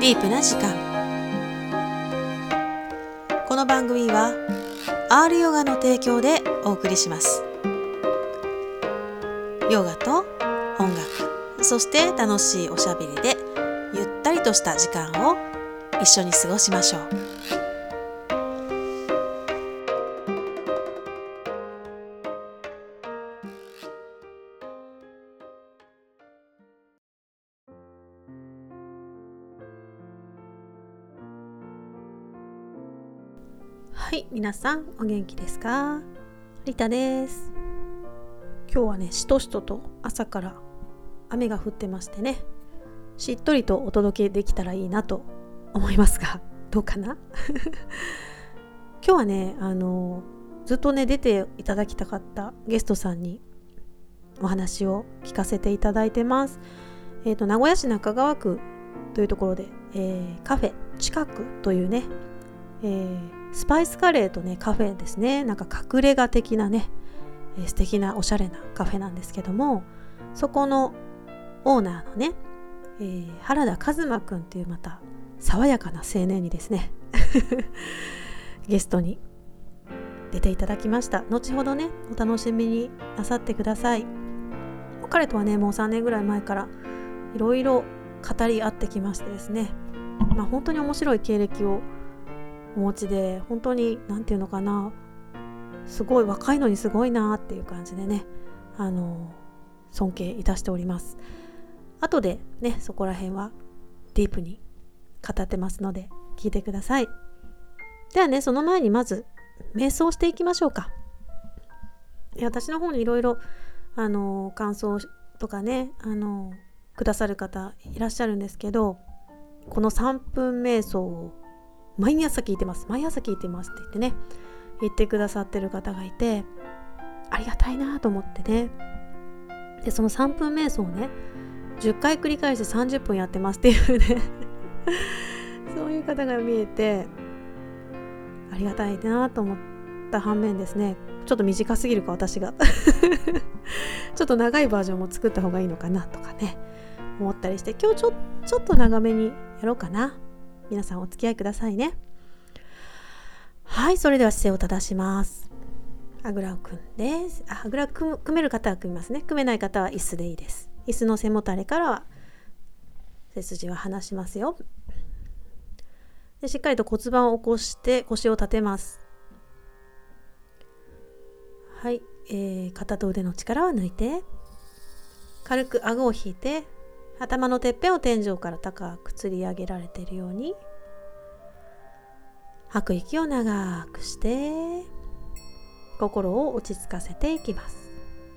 ディープな時間。この番組は R ヨガの提供でお送りします。ヨガと音楽、そして楽しいおしゃべりでゆったりとした時間を一緒に過ごしましょう。はい、皆さんお元気ですか？リタです。今日はね、しとしとと朝から雨が降ってましてね、しっとりとお届けできたらいいなと思いますが、どうかな今日はね、ずっとね出ていただきたかったゲストさんにお話を聞かせていただいてます。名古屋市中川区というところで、カフェ近くというね、スパイスカレーとねカフェですね。なんか隠れ家的なね、素敵なおしゃれなカフェなんですけども、そこのオーナーのね、原田和馬くんっていうまた爽やかな青年にですねゲストに出ていただきました。後ほどねお楽しみになさってください。彼とはねもう3年ぐらい前からいろいろ語り合ってきましてですね、本当に面白い経歴をお持ちで、本当になんていうのかな、すごい若いのにすごいなっていう感じでね、尊敬いたしております。後でねそこら辺はディープに語ってますので聞いてください。ではね、その前にまず瞑想していきましょうか。私の方にいろいろ感想とかねくださる方いらっしゃるんですけど、この3分瞑想を毎朝聞いてますって言ってね言ってくださってる方がいて、ありがたいなと思ってね。でその3分瞑想をね10回繰り返して30分やってますっていうねそういう方が見えてありがたいなと思った反面ですね、ちょっと短すぎるか私がちょっと長いバージョンも作った方がいいのかなとかね思ったりして、今日ちょっと長めにやろうかな。皆さんお付き合いくださいね。はい、それでは姿勢を正します。あぐらを組んで、あぐら組める方は組みますね。組めない方は椅子でいいです。椅子の背もたれからは背筋は離しますよ。でしっかりと骨盤を起こして腰を立てます。はい、肩と腕の力は抜いて、軽く顎を引いて、頭のてっぺんを天井から高く吊り上げられているように、吐く息を長くして心を落ち着かせていきます。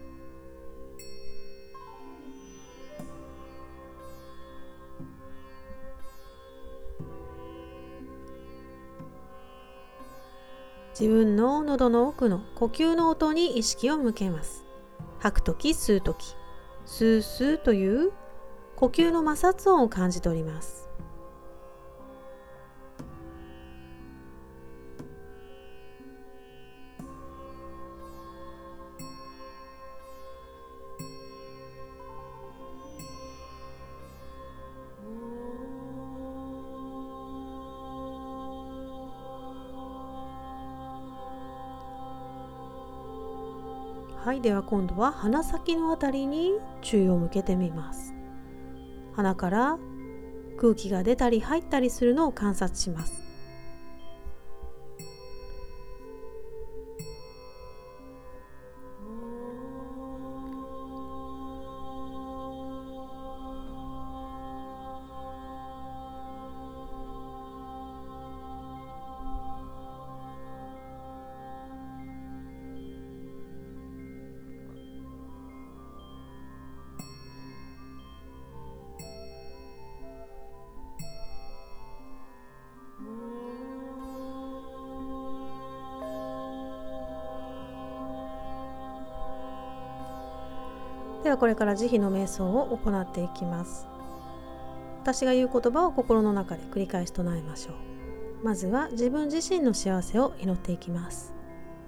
自分の喉の奥の呼吸の音に意識を向けます。吐くとき吸うとき、スースーという呼吸の摩擦音を感じ取ります。はい、では今度は鼻先のあたりに注意を向けてみます。鼻から空気が出たり入ったりするのを観察します。ではこれから慈悲の瞑想を行っていきます。私が言う言葉を心の中で繰り返し唱えましょう。まずは自分自身の幸せを祈っていきます。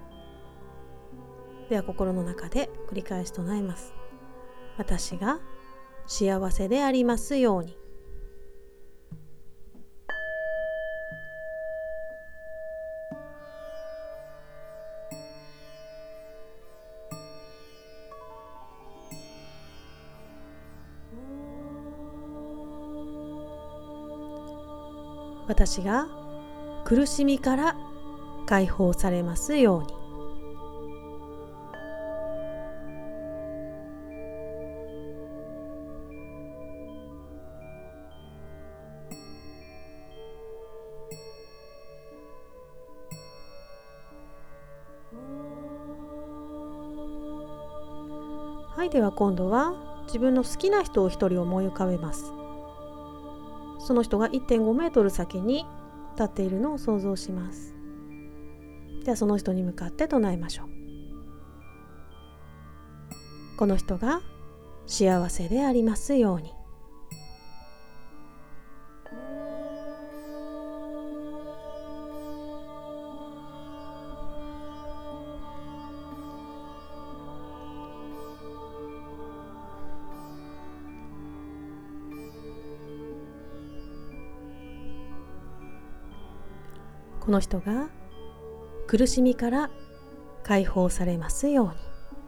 では心の中で繰り返し唱えます。私が幸せでありますように。 私が苦しみから解放されますように。はい、では今度は自分の好きな人を一人思い浮かべます。その人が 1.5 メートル先に立っているのを想像します。ではその人に向かって唱えましょう。この人が幸せでありますように。この人が苦しみから解放されますように。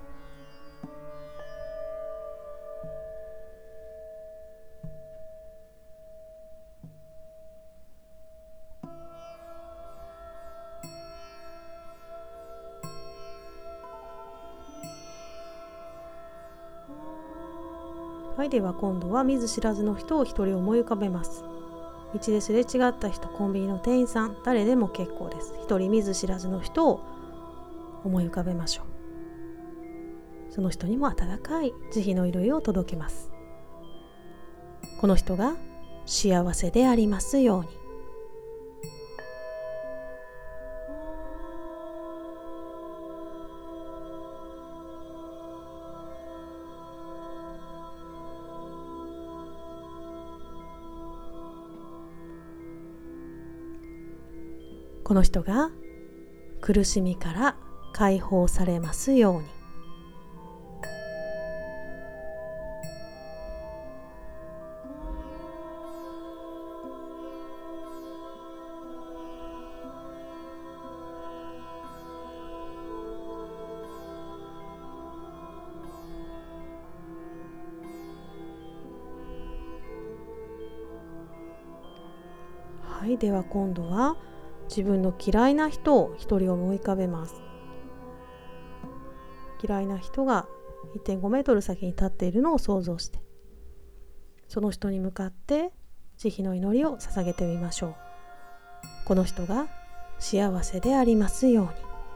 はい、では今度は見ず知らずの人を一人思い浮かべます。道ですれ違った人、コンビニの店員さん、誰でも結構です。一人見ず知らずの人を思い浮かべましょう。その人にも温かい慈悲の祈りを届けます。この人が幸せでありますように。この人が苦しみから解放されますように。はい、では今度は自分の嫌いな人を一人思い浮かべます。嫌いな人が 1.5 メートル先に立っているのを想像して、その人に向かって慈悲の祈りを捧げてみましょう。この人が幸せでありますように。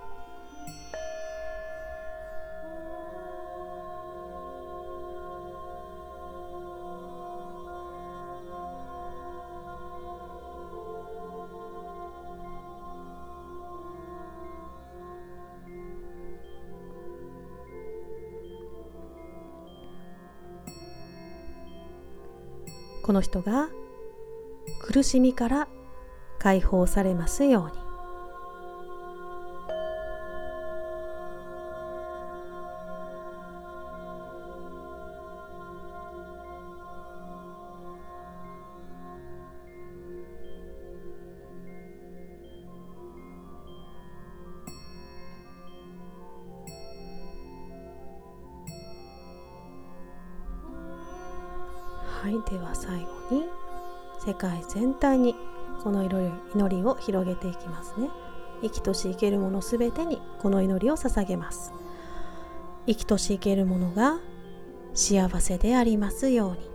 この人が苦しみから解放されますように。はい、では最後に世界全体にこの祈りを広げていきますね。生きとし生けるものすべてにこの祈りを捧げます。生きとし生けるものが幸せでありますように。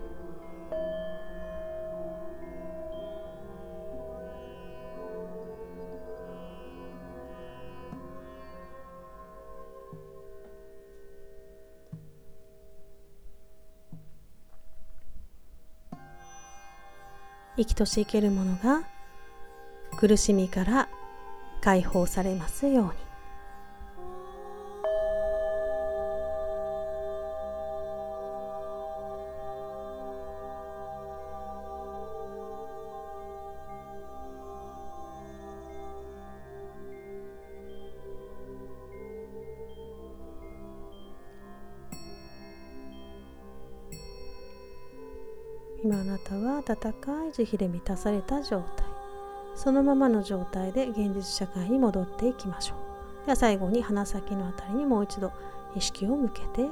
生きとし生けるものが苦しみから解放されますように。今あなたは温かい慈悲で満たされた状態、そのままの状態で現実社会に戻っていきましょう。では最後に鼻先のあたりにもう一度意識を向けて、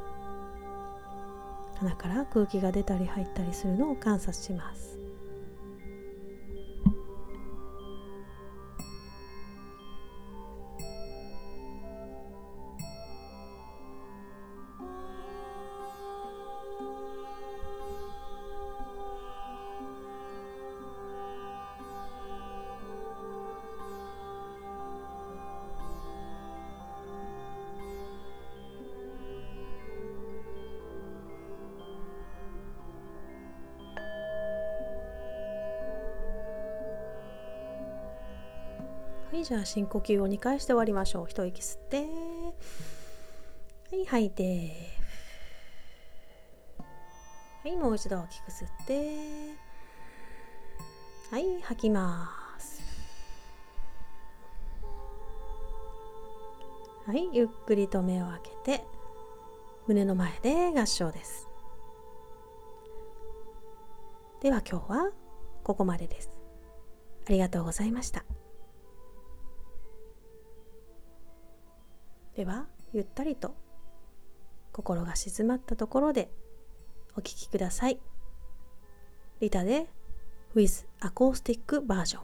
鼻から空気が出たり入ったりするのを観察します。 い、じゃあ深呼吸を2回して終わりましょう。一息吸って、はい、吐いて、はい、もう一度大きく吸って、はい、吐きます。はい、ゆっくりと目を開けて、胸の前で合掌です。では今日はここまでです。ありがとうございました。ではゆったりと心が静まったところでお聴きください。リタで With Acoustic Version。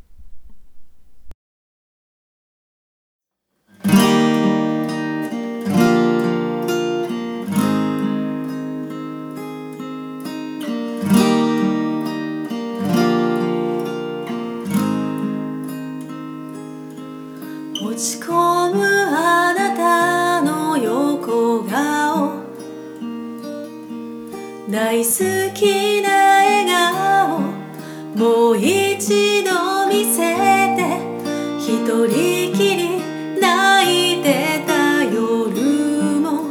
落ち込むあなたの横顔、大好きな笑顔、もう一度見せて。一人きり泣いてた夜も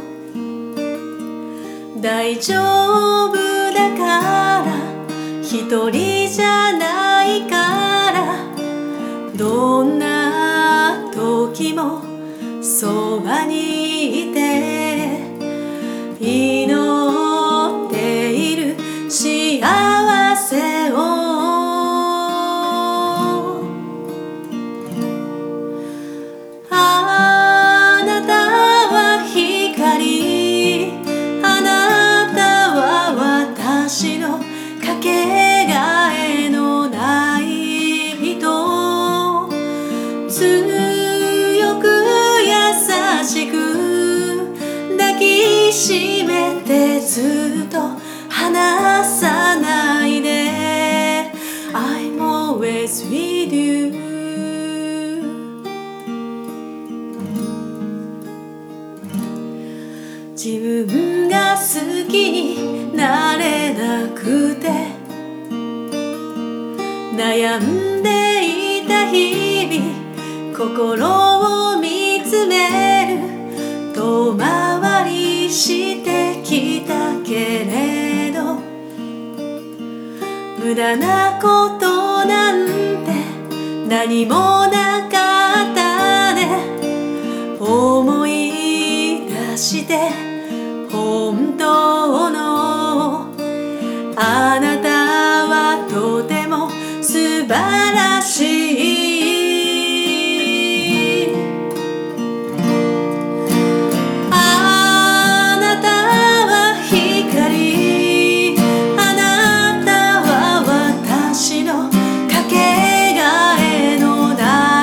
大丈夫だから、一人じゃないから、どんな時もそばにいて、祈っている幸せを。あなたは光、あなたは私のかけがえのない人。強く優しく抱きしめて、ずっと離さないで。 I'm always with you。 自分が好きになれなくて悩んでいた日々、心を見つめる。遠回りしてきたけれど、無駄なことなんて何もなかったね。思い出して本当のあなたはとても素晴らしい。あなたは光、あなたは私のかけがえのな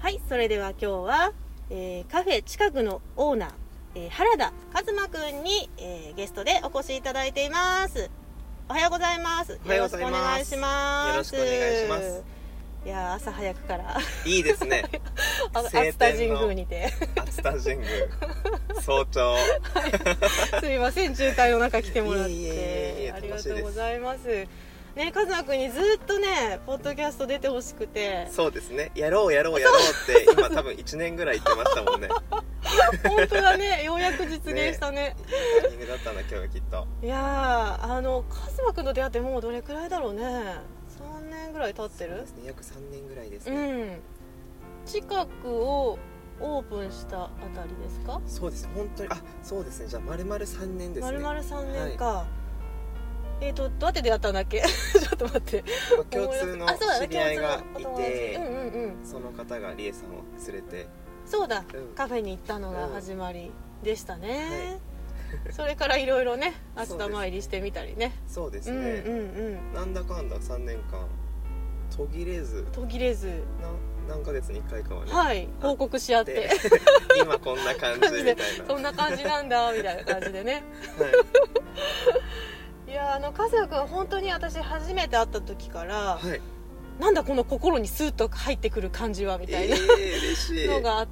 はい、それでは今日は、カフェ近くのオーナー、原田和馬くんに、ゲストでお越しいただいています。おはようございます。 おはようございます。 よろしくお願いします。 よろしくお願いします。 いや朝早くからいいですね。 熱田神宮にて熱田神宮早朝、はい、 すみません、渋滞の中来てもらってありがとうございますね。和馬くんにずっとねポッドキャスト出てほしくて。 そうですね、やろうって今多分1年ぐらい言ってましたもんね。 本当だね、ようやく実現したね。 いいタイミングだったんだ今日はきっと。 いや和馬くんと出会ってもうどれくらいだろうね。3年ぐらい経ってる。 そうですね、約3年ぐらいですね。 近くをオープンしたあたりですか。 そうです、本当にそうですね。じゃあ丸々3年ですね。 丸々3年か、はい。どうやって出会ったんだっけちょっと待って。 共通の知り合いがいて、その方がリエさんを連れて、 そうだ、カフェに行ったのが始まりでしたね。それからいろいろね、熱田参りしてみたりね。 そうですね。なんだかんだ3年間途切れず何ヶ月に1回かはね、 はい、報告し合って今こんな感じみたいなそんな感じなんだみたいな感じでね。いや和也くんは本当に私初めて会った時から、はい、なんだこの心にスーッと入ってくる感じはみたいな、 嬉しいのがあって、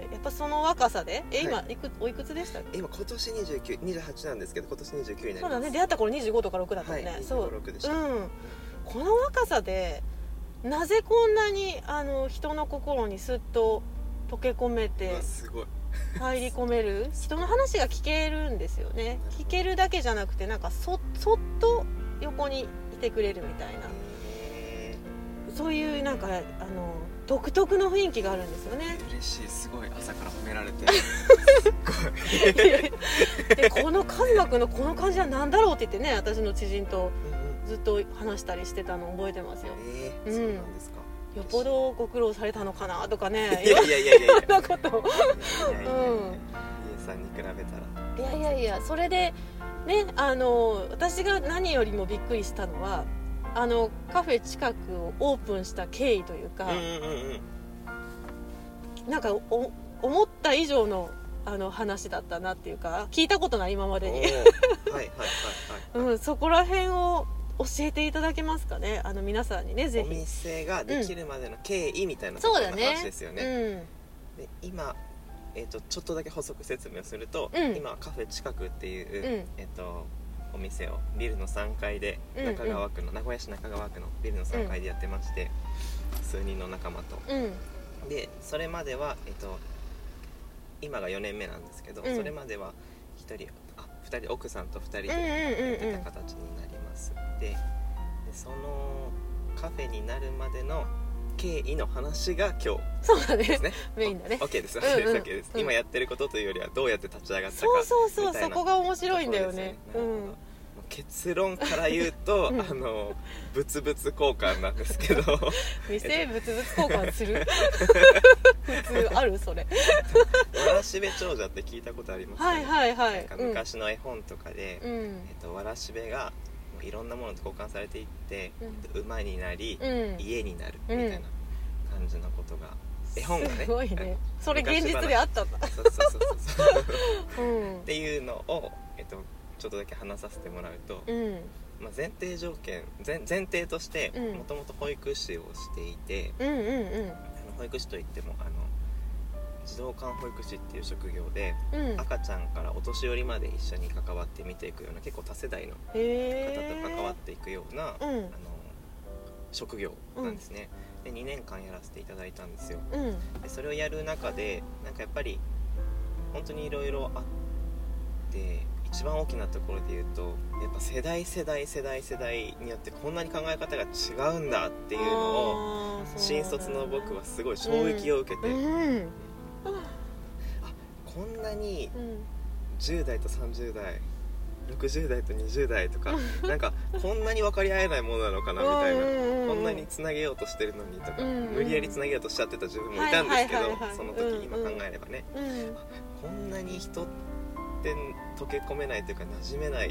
やっぱその若さで今、おいくつでしたっけ。 今年28なんですけど、今年29になります。 そうだね、出会った頃25とか6だったもんね。 はい、25、6でした。 この若さでなぜこんなに人の心にスッと溶け込めてすごい入り込める人の話が聞けるんですよね。聞けるだけじゃなくてなんかそっと横にいてくれるみたいな、そういうなんか独特の雰囲気があるんですよね。 嬉しい、すごい朝から褒められてすごいでこの和馬くんのこの感じは何だろうって言ってね、私の知人とずっと話したりしてたのを覚えてますよ。 そうなんですか。 よっぽどご苦労されたのかなとかね、 いやそんなことをリエさんに比べたらいやそれでね、私が何よりもびっくりしたのはカフェ近くをオープンした経緯というか、なんか思った以上の話だったなっていうか、聞いたことない今までにそこら辺を教えていただけますかね、皆さんにね。ぜひお店ができるまでの経緯みたいなところの話ですよね。で今、ちょっとだけ補足説明をすると、今カフェ近くっていう、お店をビルの3階で中川区の、名古屋市中川区のビルの3階でやってまして、数人の仲間と、でそれまでは、今が4年目なんですけど、それまでは2人奥さんと2人でやってた形になります。でそのカフェになるまでの経緯の話が今日そうだね、メインだね。 OK です、OK です。今やってることというよりはどうやって立ち上がったかみたいな。 そうそこが面白いんだよね。 結論から言うと、物々交換なんですけど店物々交換する普通あるそれわらしべ長者って聞いたことありますかね。なんか昔の絵本とかで、わらしべがいろんなものと交換されていって、馬になり、家になるみたいな感じのことが、絵本がね、すごいね、 それ現実であったんだ。 そうっていうのを、ちょっとだけ話させてもらうと、前提としてもともと保育士をしていて、保育士といっても児童館保育士っていう職業で、赤ちゃんからお年寄りまで一緒に関わって見ていくような、結構多世代の方と関わっていくような、職業なんですね。で2年間やらせていただいたんですよ。でそれをやる中でなんかやっぱり本当にいろいろあって、一番大きなところで言うとやっぱ世代によってこんなに考え方が違うんだっていうのを、新卒の僕はすごい衝撃を受けて、こんなに10代と30代60代と20代とかなんかこんなに分かり合えないものなのかなみたいな、こんなにつなげようとしてるのにとか、無理やりつなげようとしちゃってた自分もいたんですけど、その時今考えればね、こんなに人って溶け込めないというか馴染めない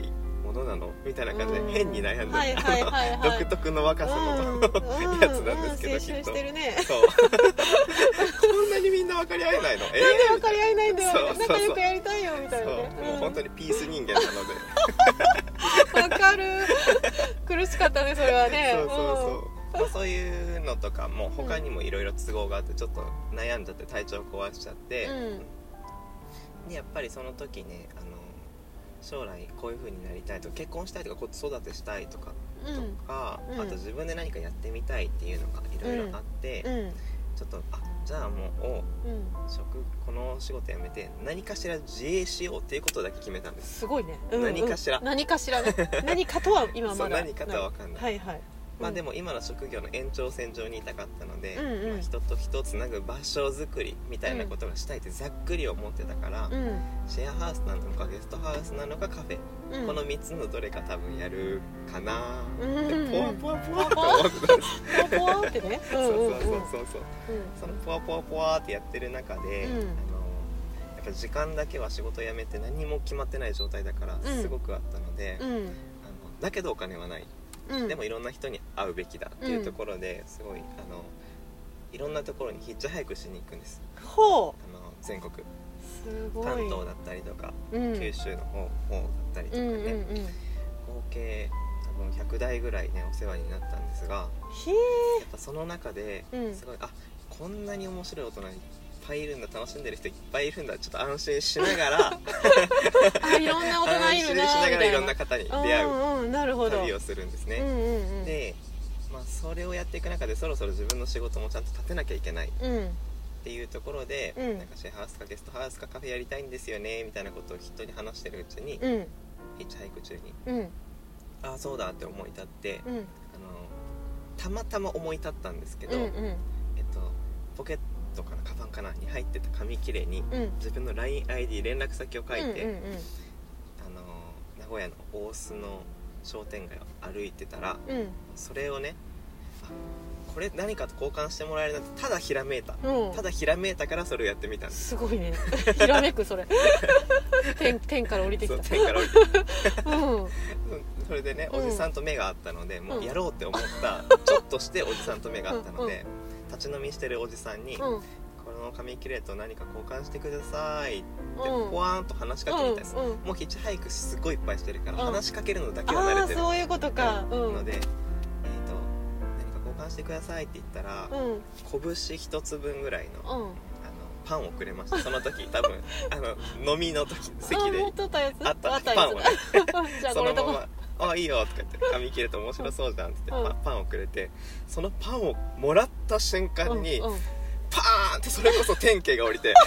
ものなのみたいな感じで変に悩んでる、独特の若さのやつなんですけど、 青春してるね。 そうこんなにみんな分かり合えないの、 なんで分かり合えないんだよ、仲良くやりたいよみたいなね。 もう本当にピース人間なのでわかる、苦しかったねそれはね。 そういうのとかも他にもいろいろ都合があってちょっと悩んじゃって体調壊しちゃって、でやっぱりその時ね、将来こういう風になりたいとか結婚したいとか子育てしたいとか、あと自分で何かやってみたいっていうのがいろいろあって、ちょっとじゃあもう、この仕事辞めて何かしら自営しようっていうことだけ決めたんです。 すごいね、 何かしらね何かとは今まだ何かとは分かんない、でも今の職業の延長線上にいたかったので、人と人をつなぐ場所づくりみたいなことがしたいってざっくり思ってたから、シェアハウスなのかゲストハウスなのかカフェ、この3つのどれか多分やるかなってポワポワポワって思ってたんです。 ポワポワってねそうそのポワポワポワってやってる中で、やっぱ時間だけは仕事辞めて何も決まってない状態だからすごくあったので、だけどお金はない、でもいろんな人に会うべきだっていうところですごいいろんなところにヒッチハイクしに行くんです。全国すごい関東だったりとか、九州の方だったりとかね、合計多分100台ぐらいねお世話になったんですが、やっぱその中ですごい、こんなに面白い大人にいっぱいいるんだ、楽しんでる人いっぱいいるんだ、ちょっと安心しながらいろんな大人いるな安心しながらいろんな方に出会う旅をするんですね。で、それをやっていく中でそろそろ自分の仕事もちゃんと立てなきゃいけないっていうところで、なんかシェアハウスかゲストハウスかカフェやりたいんですよねみたいなことを人に話してるうちに、ヒッチハイク中に、そうだって思い立って、たまたま思い立ったんですけど、ポケットかなカバンかなに入ってた紙切れに、自分の LINE-ID 連絡先を書いて、名古屋の大須の商店街を歩いてたら、それをね、これ何かと交換してもらえるなってただひらめいた、からそれをやってみたんです。 すごいねひらめくそれ天から降りてきた。 天から降りてきたそれでね、おじさんと目があったので、もうやろうって思った、ちょっとしておじさんと目があったので、立ち飲みしてるおじさんに、この紙切れと何か交換してくださいってポワーンと話しかけみたいです。もうヒッチハイクすごいいっぱいしてるから、話しかけるのだけは慣れてる。 そういうことか。 ので、何か交換してくださいって言ったら、拳一つ分ぐらいの、パンをくれました。その時多分飲みの時席であったパンをねそのままいいよとか言って紙切れて面白そうじゃんって言ってパンをくれて、そのパンをもらった瞬間にパーンってそれこそ天気が降りて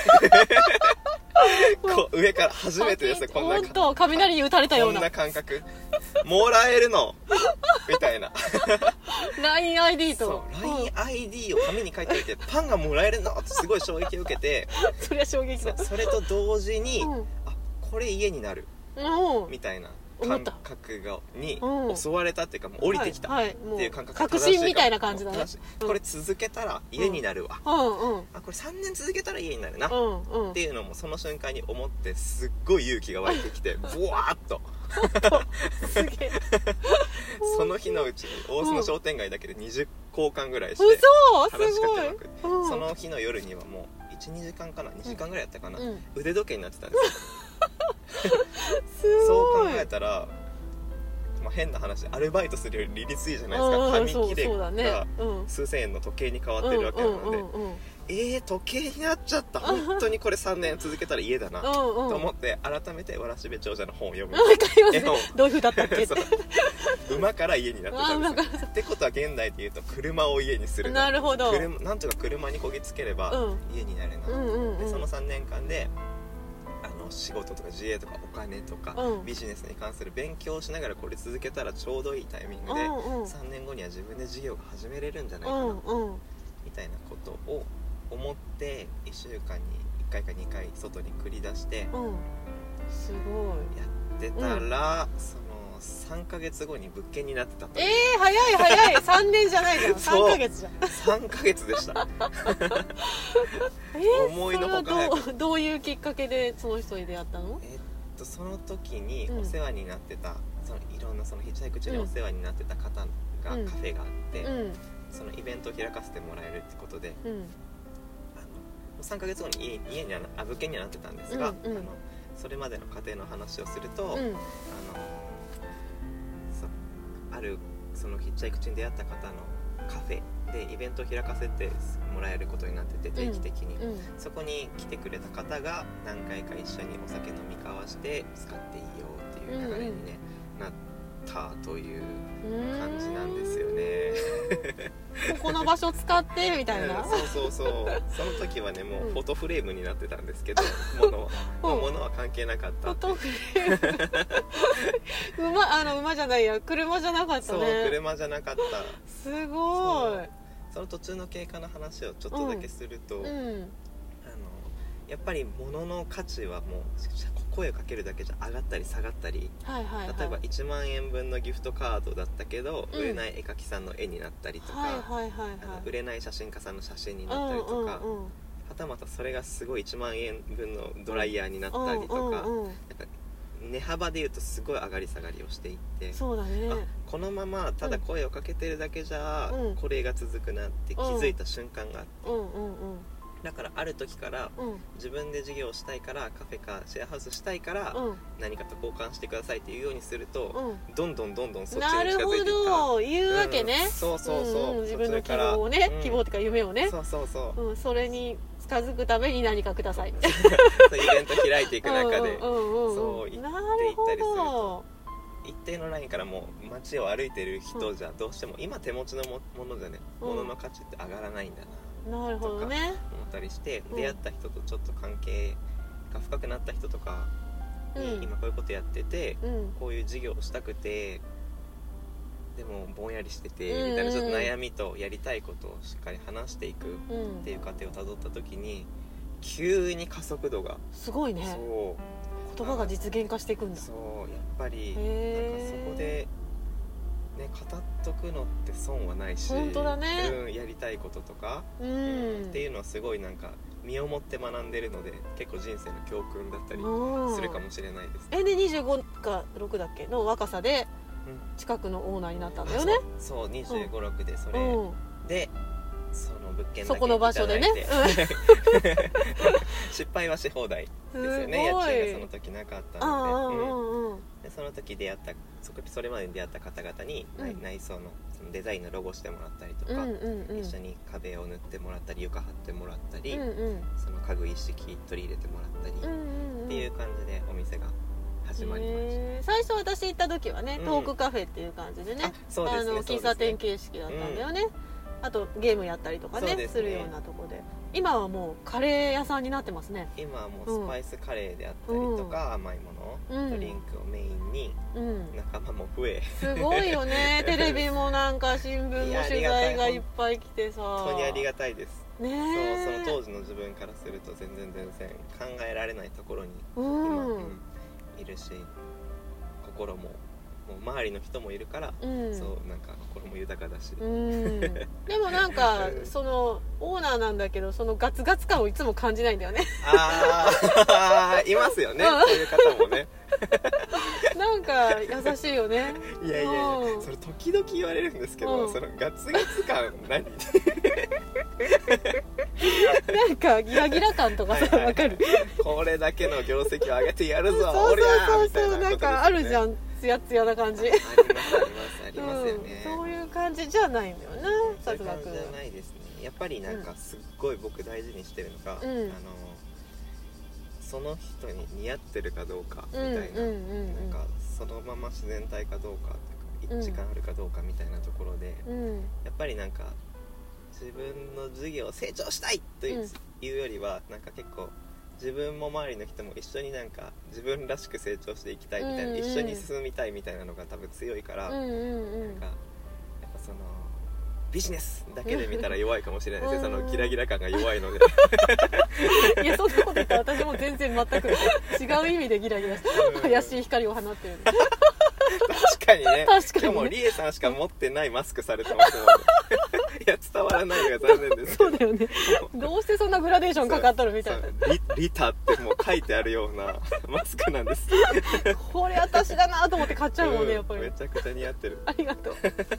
こう上から初めてですね、こんな雷に打たれたようなこんな感覚もらえるのみたいな LINE-ID とそう LINE-ID を紙に書いておいてパンがもらえるのってすごい衝撃を受けてそりゃ衝撃だ。 それと同時に、これ家になるみたいな感覚に襲われたっていうか、もう降りてきたっていう感覚が確信みたいな感じだね。 これ続けたら家になるわ、これ3年続けたら家になるなっていうのもその瞬間に思って、すっごい勇気が湧いてきてボワーッとすげえその日のうちに大須の商店街だけで20交換ぐらいして話しかけまくって、その日の夜にはもう 1,2 時間かな2時間ぐらいやったかな、腕時計になってたんですよそう考えたら、変な話、アルバイトするより利率いいじゃないですか。紙切れが数千円の時計に変わってるわけなので、時計になっちゃった、本当にこれ3年続けたら家だなと思って改めてわらしべ長者の本を読む。 どういう風だったっけって馬から家になってたんですよってことは現代でいうと車を家にする。 なるほど。 なんとか車にこぎつければ家になるな、でその3年間で仕事とか自営とかお金とか、ビジネスに関する勉強をしながらこれ続けたらちょうどいいタイミングで、3年後には自分で事業が始めれるんじゃないかな、みたいなことを思って1週間に1回か2回外に繰り出して、 すごいやってたら、その3ヶ月後に物件になってたという。 早い3年じゃないじゃん3ヶ月じゃん 3ヶ月でした思いのほか早く。 どういうきっかけでその人に出会ったの？ その時にお世話になってた、 そのいろんなそのヒッチハイク中にお世話になってた方がカフェがあって、そのイベントを開かせてもらえるってことで、3ヶ月後に物件にはなってたんですが、それまでの家庭の話をすると、あるそのヒッチハイク中に出会った方のカフェでイベントを開かせてもらえることになってて、定期的に、そこに来てくれた方が何回か一緒にお酒飲み交わして使っていいよっていう流れに、なったという感じなんですよね。 ここの場所使ってみたいな、 そうその時はねもうフォトフレームになってたんですけど、物は関係なかった。 フォトフレーム馬じゃないや、車じゃなかったね。 そう、車じゃなかった。 すごい。 その途中の経過の話をちょっとだけすると、やっぱり物の価値はもう声をかけるだけじゃ上がったり下がったり、例えば1万円分のギフトカードだったけど、売れない絵描きさんの絵になったりとか、売れない写真家さんの写真になったりとか、はたまたそれがすごい1万円分のドライヤーになったりとか、なんか値幅でいうとすごい上がり下がりをしていって、 そうだね、 このままただ声をかけてるだけじゃこれが続くなって気づいた瞬間があって、だからある時から、自分で事業をしたいからカフェかシェアハウスしたいから、何かと交換してくださいっていうようにすると、どんどんそっちに近づいていった。 なるほど、言うわけね。 そう、 自分の希望をね、希望とか夢をね、それに近づくために何かください。イベント開いていく中でそう言っていったりすると、一定のラインからもう街を歩いてる人じゃどうしても今手持ちのものじゃね、物の価値って上がらないんだな、 なるほどね、 思ったりして、出会った人とちょっと関係が深くなった人とかに、今こういうことやってて、こういう事業をしたくてでもぼんやりしててみたいな、ちょっと悩みとやりたいことをしっかり話していくっていう過程をたどった時に、急に加速度がすごいね。言葉が実現化していくんだ。 そうやっぱりなんかそこでね、語っとくのって損はないし、 本当だね、 やりたいこととか、っていうのはすごいなんか身をもって学んでるので、結構人生の教訓だったりするかもしれないです、 で25か6だっけの若さで近くのオーナーになったんだよね。 そう25、6でそれ、でその物件だけそこの場所でね失敗はし放題ですよね。家賃がその時なかったので、でその時出会ったそれまでに出会った方々に、内装のそのデザインのロゴしてもらったりとか、一緒に壁を塗ってもらったり床張ってもらったり、その家具一式取り入れてもらったり、っていう感じでお店が始まりました。 最初私行った時はね、トークカフェっていう感じでね、喫茶店形式だったんだよね。あとゲームやったりとかね、するようなとこで、今はもうカレー屋さんになってますね。 今はもうスパイスカレーであったりとか、甘いもの、ドリンクをメインに、仲間も増え、 すごいよね。テレビもなんか新聞の取材がいっぱい来てさ、 本当にありがたいですね。 その当時の自分からすると全然考えられないところに今、いるし、心も周りの人もいるから、そうなんか心も豊かだし、 でもなんかそのオーナーなんだけど、そのガツガツ感をいつも感じないんだよね。 いますよね、そういう方もね。 なんか優しいよね。 いやそれ時々言われるんですけど、そのガツガツ感何なんかギラギラ感とかさ、わかる？ これだけの業績を上げてやるぞ、 そうおりゃーみたいなことですよね。 なんかあるじゃん、ツヤツヤな感じ。 ありますよね。 そういう感じじゃないんだよね。 そういう感じじゃないですね。やっぱりなんかすっごい僕大事にしてるのが、その人に似合ってるかどうかみたいな、なんかそのまま自然体かどうかとか、一致感あるかどうかみたいなところで、やっぱりなんか自分の事業を成長したいというよりは、なんか結構自分も周りの人も一緒になんか自分らしく成長していきたいみたいな、一緒に進みたいみたいなのが多分強いから、なんかやっぱそのビジネスだけで見たら弱いかもしれないですね、そのギラギラ感が弱いので。 いや、そんなこと言ったら私も全然全く違う意味でギラギラして怪しい光を放ってる。 確かにね。でもリエさんしか持ってないマスクされてますのでいや、伝わらないのが残念ですけど。 そうだよね。どうしてそんんなグラデーションかかっとるみたいな。 リタってもう書いてあるようなマスクなんです。 これ私だなと思って買っちゃうもんね、やっぱり。 めちゃくちゃ似合ってる。 ありがとう。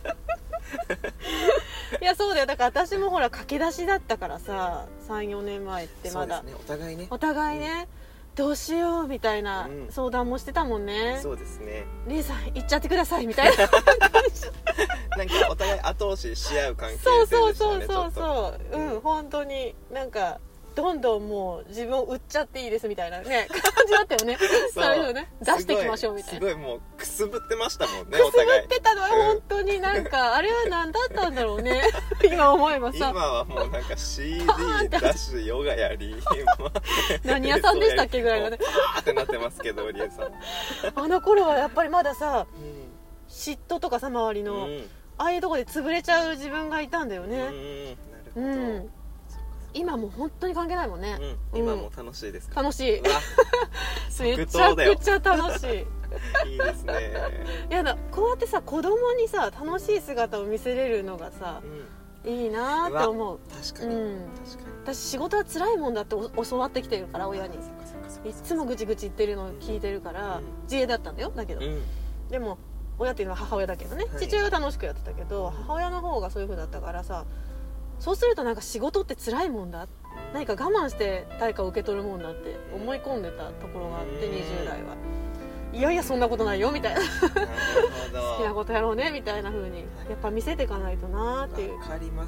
いやそうだよ、だから私もほら駆け出しだったからさ、 3,4 年前ってまだ。 そうですね、お互いね、 お互いね、どうしようみたいな相談もしてたもんね。 そうですね、 リエさん行っちゃってくださいみたいななんかお互い後押しし合う関係性そうでしたね。 そううん、本当になんかどんどんもう自分を売っちゃっていいですみたいなね感じだったよね。最初ね、出していきましょうみたいな。 すごいもうくすぶってましたもんね、 くすぶってたのは本当になんか、あれは何だったんだろうね今思えばさ。 今はもうなんか CD 出しヨガやり何屋さんでしたっけぐらいのねパーってなってますけど、リエさんあの頃はやっぱりまださ、嫉妬とかさ周りの、ああいうとこで潰れちゃう自分がいたんだよね。 なるほど、 今もう本当に関係ないもんね。 今も楽しいですか？ 楽しい。めちゃくちゃ楽しい。 いいですね。 いやだ、こうやってさ子供にさ楽しい姿を見せれるのがさ、いいなって思う。 確かに、 私仕事は辛いもんだって教わってきてるから、親にいつもぐちぐち言ってるのを聞いてるから、自営だったんだよ、だけど、でも親っていうのは母親だけどね、父親が楽しくやってたけど、母親の方がそういう風だったからさ、そうするとなんか仕事って辛いもんだ、何か我慢して対価を受け取るもんだって思い込んでたところがあって、20代はいやいやそんなことないよみたいな好きなことやろうねみたいな風にやっぱ見せていかないとなーっていう。 わかります。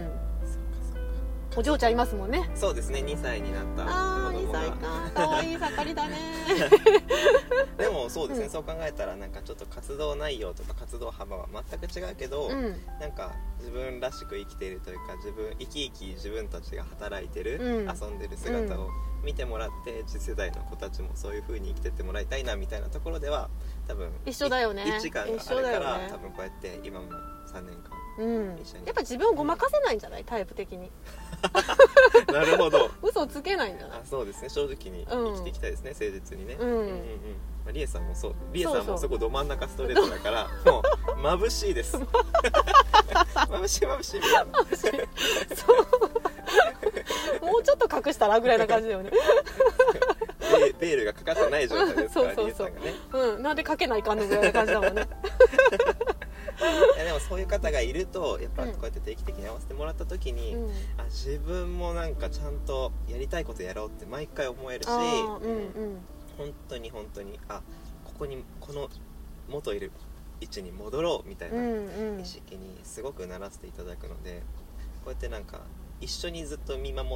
お嬢ちゃんいますもんね。 そうですね、2歳になった子供が。 2歳か、かわいい盛りだねでもそうですね、そう考えたらなんかちょっと活動内容とか活動幅は全く違うけど、なんか自分らしく生きているというか、生き生き自分たちが働いてる、遊んでる姿を見てもらって、次世代の子たちもそういう風に生きてってもらいたいなみたいなところでは多分一緒だよね。 一致感があるから、多分こうやって今も3年間一緒に、 やっぱ自分をごまかせないんじゃない、タイプ的になるほど、 嘘つけないんじゃない。 そうですね、正直に生きていきたいですね、誠実にね。リエさんもそう、リエさんもそこど真ん中ストレートだからもう眩しいです眩しいみたいなそうもうちょっと隠したらぐらいな感じだよねベールがかかってない状態ですから、リエさんがね、 なんでかけないかんのぐらいな感じだもんねいやでもそういう方がいるとやっぱこうやって定期的に会わせてもらった時に、自分もなんかちゃんとやりたいことやろうって毎回思えるし、本当にこの元いる位置に戻ろうみたいな意識にすごくならせていただくので、こうやってなんか一緒にずっと見守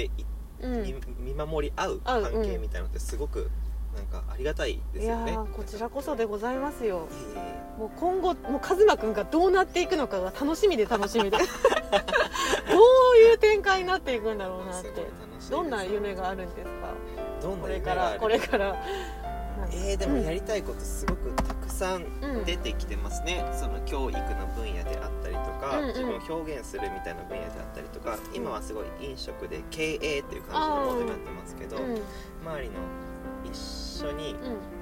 り合う関係みたいなのってすごくなんかありがたいですよね。 いやこちらこそでございますよ。もう今後もうカズマくんがどうなっていくのかが楽しみでどういう展開になっていくんだろうなって。どんな夢があるんですか、これからでもやりたいことすごくたくさん出てきてますね、その教育の分野であったりとか、自分を表現するみたいな分野であったりとか、今はすごい飲食で経営っていう感じのモードになってますけど、周りの一緒に、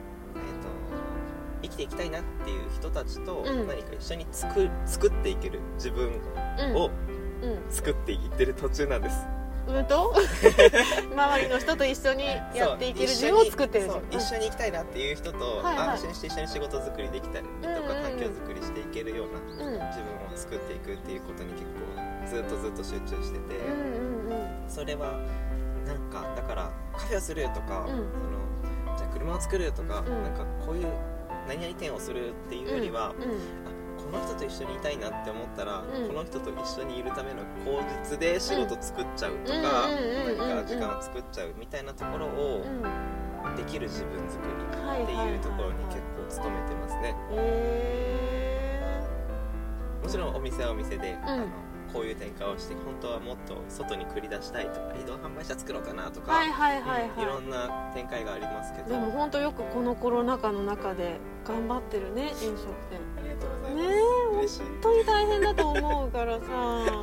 生きていきたいなっていう人たちと何か一緒に作っていける自分を作っていってる途中なんです。 周りの人と一緒にやっていける自分を作ってる。 一緒に行きたいなっていう人と安心して一緒に仕事作りできたりとか環境作りしていけるような自分を作っていくっていうことに結構ずっと集中してて、それはなんかだからカフェをするとか、じゃあ車を作るとか、なんかこういう何々店をするっていうよりは、この人と一緒にいたいなって思ったら、この人と一緒にいるための口実で仕事作っちゃうとか、なんか時間を作っちゃうみたいなところをできる自分作りっていうところに結構努めてますね。もちろんお店はお店で、こういう展開をして本当はもっと外に繰り出したいとか、移動販売車作ろうかなとか、いろんな展開がありますけど、 でも本当よくこのコロナ禍の中で頑張ってるね、飲食店。 ありがとうございます。 本当に大変だと思うからさ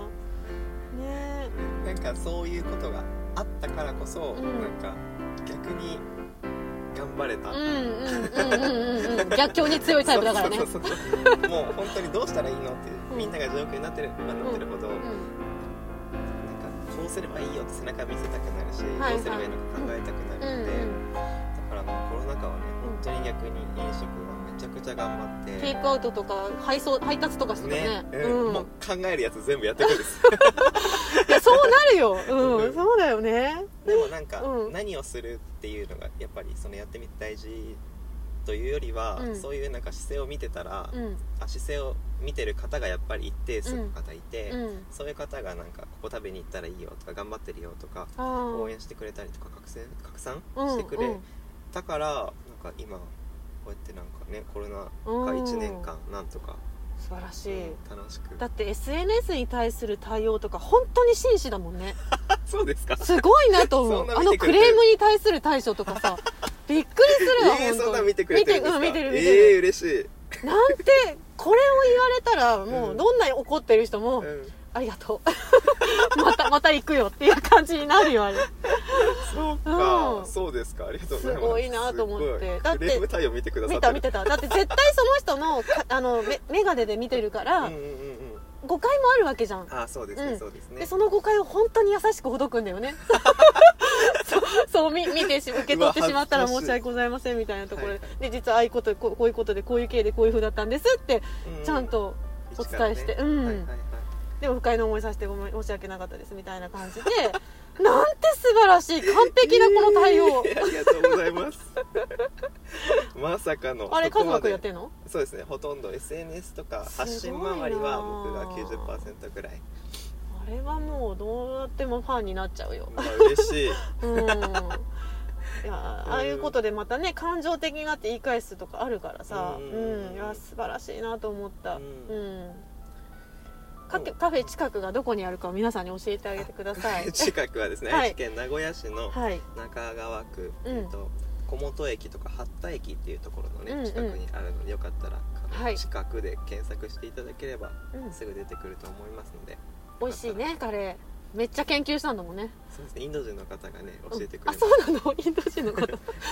なんかそういうことがあったからこそ、なんか逆に頑張れた、 逆境に強いタイプだからね。 もう本当にどうしたらいいのっていう、みんなが状況になってればなってるほど、なんかこうすればいいよって背中見せたくなるし、どうすればいいのか考えたくなるので、だからコロナ禍はね本当に逆に飲食はめちゃくちゃ頑張ってテイクアウトとか配達とかしてね、 もう考えるやつ全部やってくるんですいやそうなるよ、そうだよね。 でもなんか、何をするっていうのがやっぱりそのやってみて大事というよりは、そういうなんか姿勢を見てたら、姿勢を見てる方がやっぱり一定数の方いて、そういう方がなんかここ食べに行ったらいいよとか頑張ってるよとか応援してくれたりとか拡散してくれたから、なんか今こうやってなんかねコロナ禍1年間なんとか素晴らしい、 楽しく。 だって SNS に対する対応とか本当に真摯だもんねそうですか。 すごいなと思うクレームに対する対処とかさびっくりするわ、本当に。 そんな見てくれてるんですか。 見てる嬉しい。 なんてこれを言われたらもうどんなに怒ってる人も、ありがとうまた行くよっていう感じになるよ、あれ。 そうか、そうですか、ありがとうございます。 すごいなと思って。 だってクレーム対応見てくださってる。 見てた。だって絶対その人のメガネで見てるから、誤解もあるわけじゃん。 そうですね、そうですね。 でその誤解を本当に優しくほどくんだよねそう見て受け取ってしまったら申し訳ございませんみたいなところで、実はこういうことでこういう経緯でこういう風だったんですってちゃんとお伝えして、でも不快な思いさせて申し訳なかったですみたいな感じでなんて素晴らしい完璧なこの対応ありがとうございますまさかの。 あれカズマくんやってんの？ そうですね、ほとんど SNS とか発信周りは僕が 90% ぐらい。 あれはもうどうやってもファンになっちゃうよ。 嬉しいいやああいうことでまたね感情的になって言い返すとかあるからさ、いや素晴らしいなと思った。カフェ近くがどこにあるかを皆さんに教えてあげてください。 近くはですね、愛知県名古屋市の中川区、小本駅とか八田駅っていうところのね、近くにあるので、よかったら近くで検索していただければすぐ出てくると思いますので。 美味しいね、カレーめっちゃ研究したんだもんね。 そうですね、インド人の方がね教えてくれます。 そうなの、インド人の方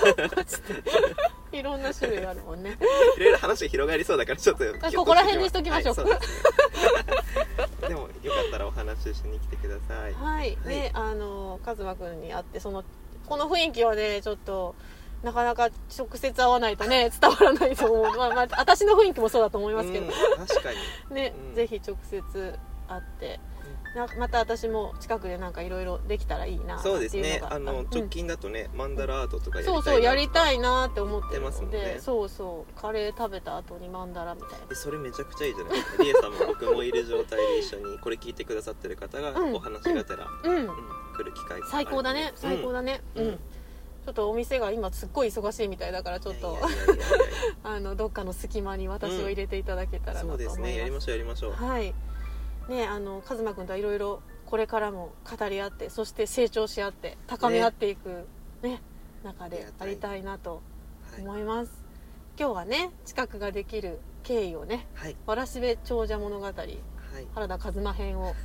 いろんな種類あるもんね。 いろいろ話が広がりそうだからちょっとここら辺にしときましょう。そうですねでもよかったらお話ししに来てください。 ね、カズマくんに会ってこの雰囲気はねちょっとなかなか直接会わないとね伝わらないと思う。私の雰囲気もそうだと思いますけど、 確かにね、ぜひ直接会ってまた私も近くでなんかいろいろできたらいいなっていうのが。そうですね、 直近だとね、マンダラアートとかやりたいなって思ってますので、 そうカレー食べた後にマンダラみたいな。 それめちゃくちゃいいじゃないですか。リエさんも僕もいる状態で一緒にこれ聞いてくださってる方がお話がてら来る機会が最高だね。ちょっとお店が今すっごい忙しいみたいだから、ちょっとどっかの隙間に私を入れていただけたらなと思います。 そうですね、やりましょう。 はいね、カズマくんとはいろいろこれからも語り合って、そして成長し合って高め合っていく、中でありたいなと思います。今日はね近くができる経緯をね、わらしべ長者物語、原田和馬編を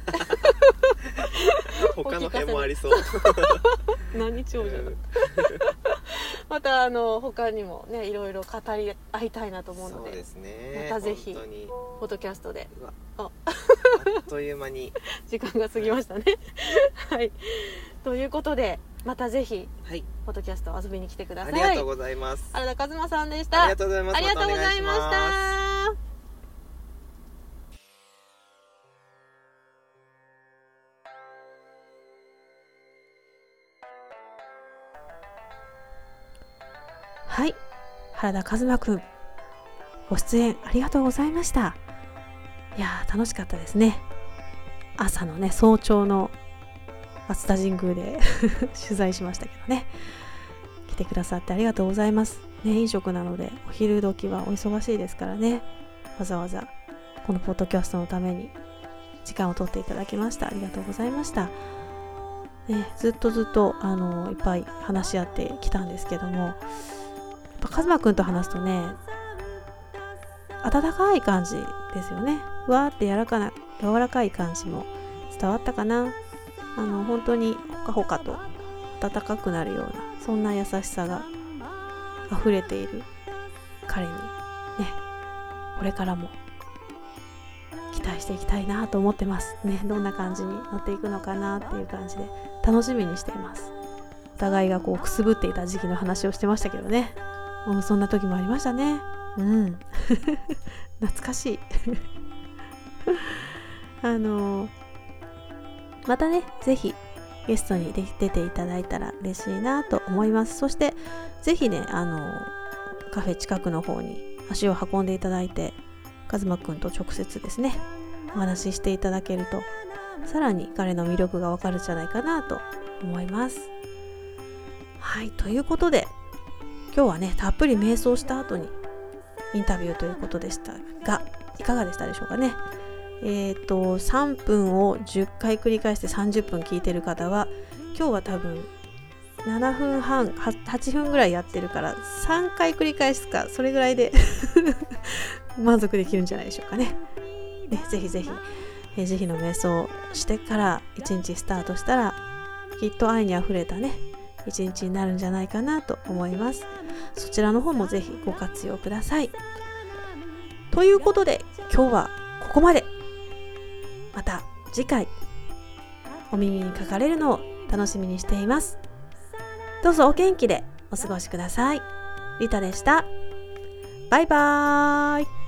他の編もありそう何長者だまた他にもねいろいろ語り合いたいなと思うので、 そうですね、 またぜひポッドキャストであっという間に時間が過ぎましたねはいということで、またぜひ、ポッドキャスト遊びに来てください。 ありがとうございます。 原田和馬さんでした。 ありがとうございます。 ありがとうございました。はい、原田和馬くんご出演ありがとうございました。いやー楽しかったですね。朝のね早朝の熱田神宮で取材しましたけどね、来てくださってありがとうございますね。飲食なのでお昼時はお忙しいですからね、わざわざこのポッドキャストのために時間を取っていただきました。ありがとうございました、ずっといっぱい話し合ってきたんですけども、やっぱカズマくんと話すとね温かい感じですよね。ふわーって柔らかい感じも伝わったかな。本当にほかほかと温かくなるような、そんな優しさが溢れている彼にね、これからも期待していきたいなと思ってますね。どんな感じになっていくのかなっていう感じで楽しみにしています。お互いがこうくすぶっていた時期の話をしてましたけどね、もうそんな時もありましたね。懐かしいまたね、ぜひゲストに出ていただいたら嬉しいなと思います。そしてぜひね、カフェ近くの方に足を運んでいただいて、カズマくんと直接ですねお話ししていただけると、さらに彼の魅力がわかるんじゃないかなと思います。はい、ということで今日はね、たっぷり瞑想した後にインタビューということでしたが、いかがでしたでしょうかね。3分を10回繰り返して30分聞いてる方は、今日は多分7分半8分ぐらいやってるから3回繰り返すか、それぐらいで満足できるんじゃないでしょうかね。ぜひぜひ、慈悲の瞑想してから一日スタートしたら、きっと愛にあふれたね一日になるんじゃないかなと思います。そちらの方もぜひご活用ください。ということで今日はここまで。また次回お耳にかかれるのを楽しみにしています。どうぞお元気でお過ごしください。リタでした。バイバーイ。